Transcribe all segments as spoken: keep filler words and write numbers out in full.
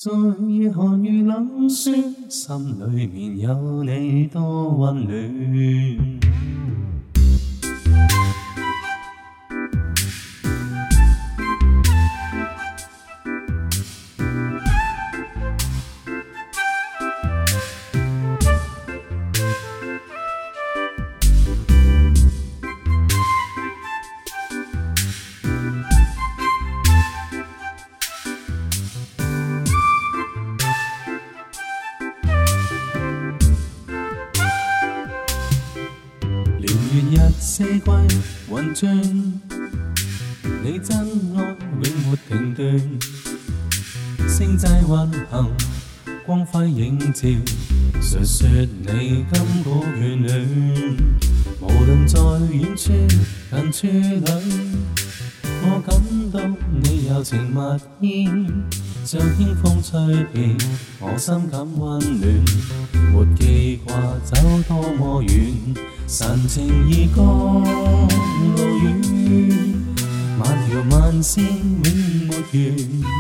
在夜寒與冷雪，心裏面有你多溫暖。月日四季混轉，你真愛永沒停斷。星際運行，光輝映照，述說你今古眷戀。無論在遠處近處裏，我感到你柔情蜜意，像輕風吹遍，我心感溫暖。沒記掛走多麼遠，神情已江路遠，萬條萬線永沒完。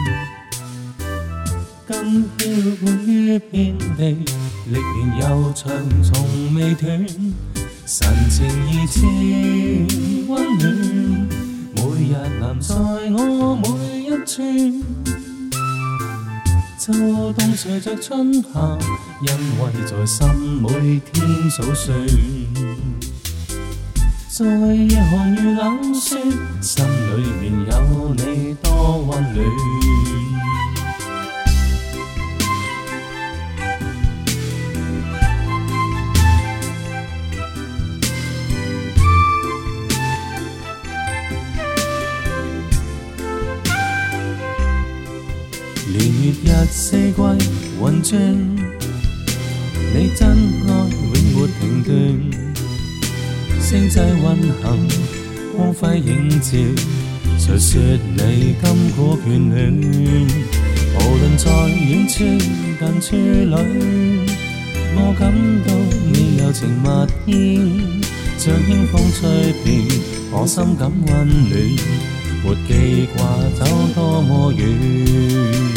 今飄伴於遍地，歷年悠長從未斷，神情已似溫暖，每日臨在我每一寸。秋冬隨着春夏，因為在心每天數算。在夜寒與冷雪，心裏面有你多溫暖。年月日四季混轉，你真愛永沒停斷。星際運行，光輝映照，述說你今古眷戀。無論在遠處近處裏，我感到你柔情蜜意，像輕風吹遍，我心感溫暖。沒記掛走多麼遠。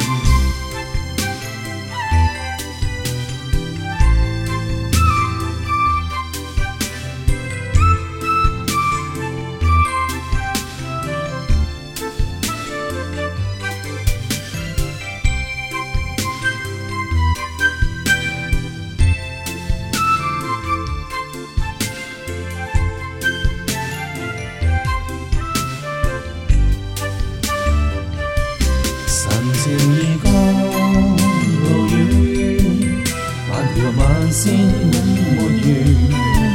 神情已江路遠，萬條萬線永沒完。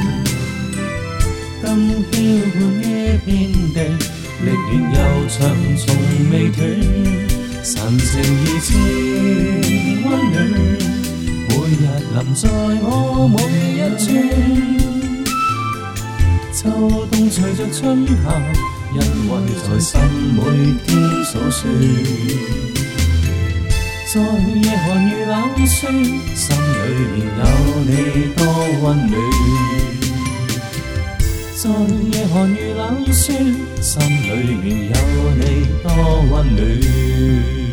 今飄伴於遍地，歷年悠長從未斷。神情已似溫暖，每日臨在我每一寸。秋冬隨着春夏，因為在心每天數算。在夜寒與冷雪，心裏面有你多溫暖。在夜寒與冷雪，心裏面有你多溫暖。